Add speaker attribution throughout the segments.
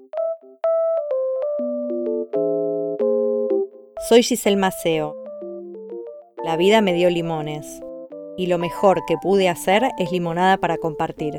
Speaker 1: Soy Giselle Maceo. La vida me dio limones, y lo mejor que pude hacer es limonada para compartir.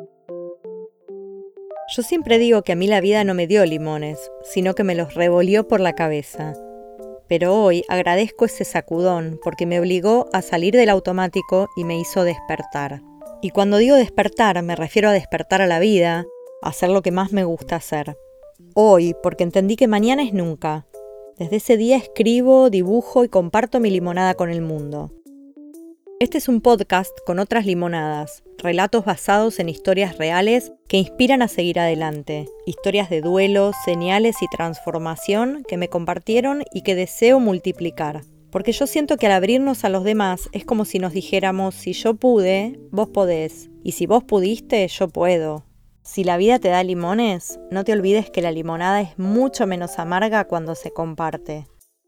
Speaker 1: Yo siempre digo que a mí la vida no me dio limones, sino que me los revolvió por la cabeza. Pero hoy agradezco ese sacudón porque me obligó a salir del automático y me hizo despertar. Y cuando digo despertar, me refiero a despertar a la vida, a hacer lo que más me gusta hacer. Hoy, porque entendí que mañana es nunca. Desde ese día escribo, dibujo y comparto mi limonada con el mundo. Este es un podcast con otras limonadas, relatos basados en historias reales que inspiran a seguir adelante, historias de duelo, señales y transformación que me compartieron y que deseo multiplicar. Porque yo siento que al abrirnos a los demás es como si nos dijéramos, si yo pude, vos podés, y si vos pudiste, yo puedo. Si la vida te da limones, no te olvides que la limonada es mucho menos amarga cuando se comparte.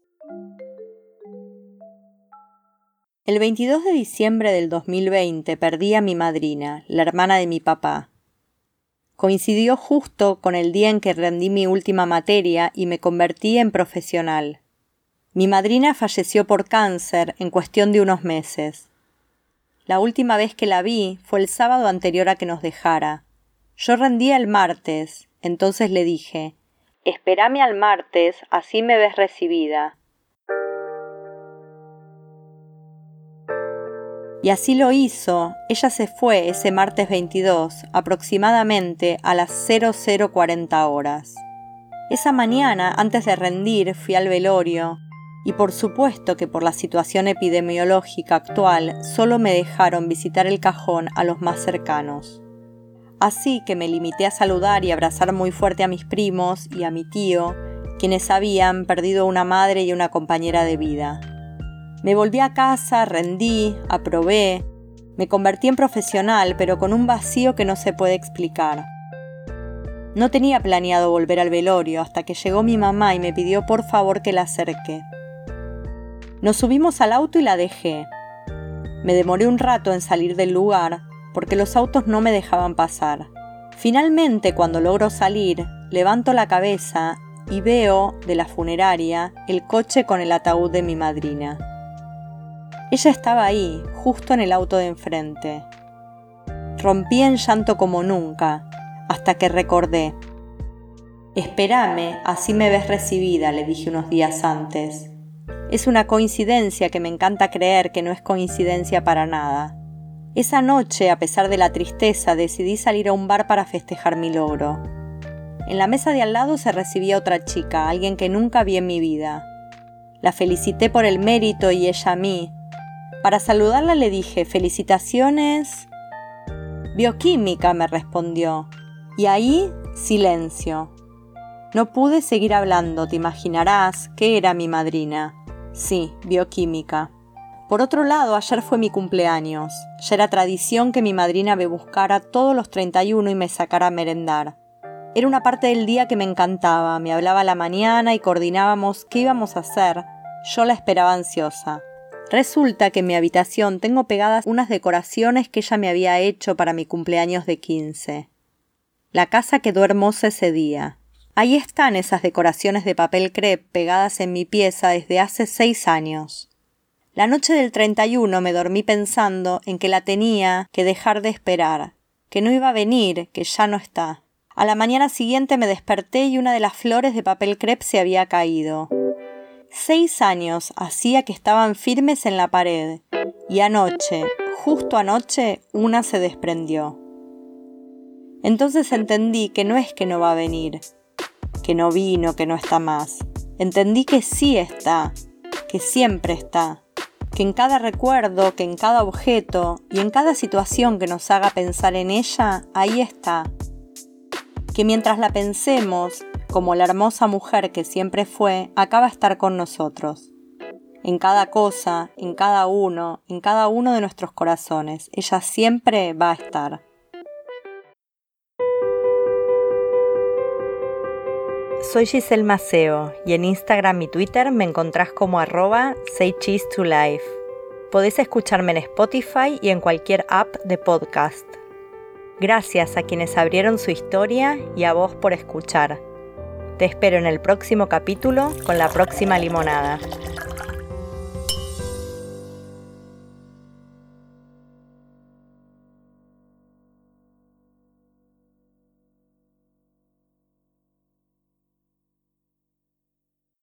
Speaker 1: El 22 de diciembre del 2020 perdí a mi madrina, la hermana de mi papá. Coincidió justo con el día en que rendí mi última materia y me convertí en profesional. Mi madrina falleció por cáncer en cuestión de unos meses. La última vez que la vi fue el sábado anterior a que nos dejara. Yo rendía el martes, entonces le dije, «Espérame al martes, así me ves recibida». Y así lo hizo. Ella se fue ese martes 22, aproximadamente a las 00:40 horas. Esa mañana, antes de rendir, fui al velorio, y por supuesto que por la situación epidemiológica actual, solo me dejaron visitar el cajón a los más cercanos. Así que me limité a saludar y abrazar muy fuerte a mis primos y a mi tío, quienes habían perdido una madre y una compañera de vida. Me volví a casa, rendí, aprobé, me convertí en profesional, pero con un vacío que no se puede explicar. No tenía planeado volver al velorio hasta que llegó mi mamá y me pidió por favor que la acerque. Nos subimos al auto y la dejé. Me demoré un rato en salir del lugar porque los autos no me dejaban pasar. Finalmente, cuando logro salir, levanto la cabeza y veo, de la funeraria, el coche con el ataúd de mi madrina. Ella estaba ahí, justo en el auto de enfrente. Rompí en llanto como nunca, hasta que recordé. «Espérame, así me ves recibida», le dije unos días antes. Es una coincidencia que me encanta creer que no es coincidencia para nada. Esa noche, a pesar de la tristeza, decidí salir a un bar para festejar mi logro. En la mesa de al lado se recibía otra chica, alguien que nunca vi en mi vida. La felicité por el mérito y ella a mí. Para saludarla le dije, «Felicitaciones». «Bioquímica», me respondió. Y ahí, silencio. No pude seguir hablando, te imaginarás qué era mi madrina. Sí, bioquímica. Por otro lado, ayer fue mi cumpleaños. Ya era tradición que mi madrina me buscara todos los 31 y me sacara a merendar. Era una parte del día que me encantaba, me hablaba a la mañana y coordinábamos qué íbamos a hacer. Yo la esperaba ansiosa. Resulta que en mi habitación tengo pegadas unas decoraciones que ella me había hecho para mi cumpleaños de 15. La casa quedó hermosa ese día. Ahí están esas decoraciones de papel crepe pegadas en mi pieza desde hace 6 años. La noche del 31 me dormí pensando en que la tenía que dejar de esperar, que no iba a venir, que ya no está. A la mañana siguiente me desperté y una de las flores de papel crepe se había caído. 6 años hacía que estaban firmes en la pared, y anoche, justo anoche, una se desprendió. Entonces entendí que no es que no va a venir, que no vino, que no está más. Entendí que sí está, que siempre está, que en cada recuerdo, que en cada objeto y en cada situación que nos haga pensar en ella, ahí está. Que mientras la pensemos, como la hermosa mujer que siempre fue, acá va a estar con nosotros. En cada cosa, en cada uno de nuestros corazones, ella siempre va a estar. Soy Giselle Maceo y en Instagram y Twitter me encontrás como @saycheese2life. Podés escucharme en Spotify y en cualquier app de podcast. Gracias a quienes abrieron su historia y a vos por escuchar. Te espero en el próximo capítulo con la próxima limonada.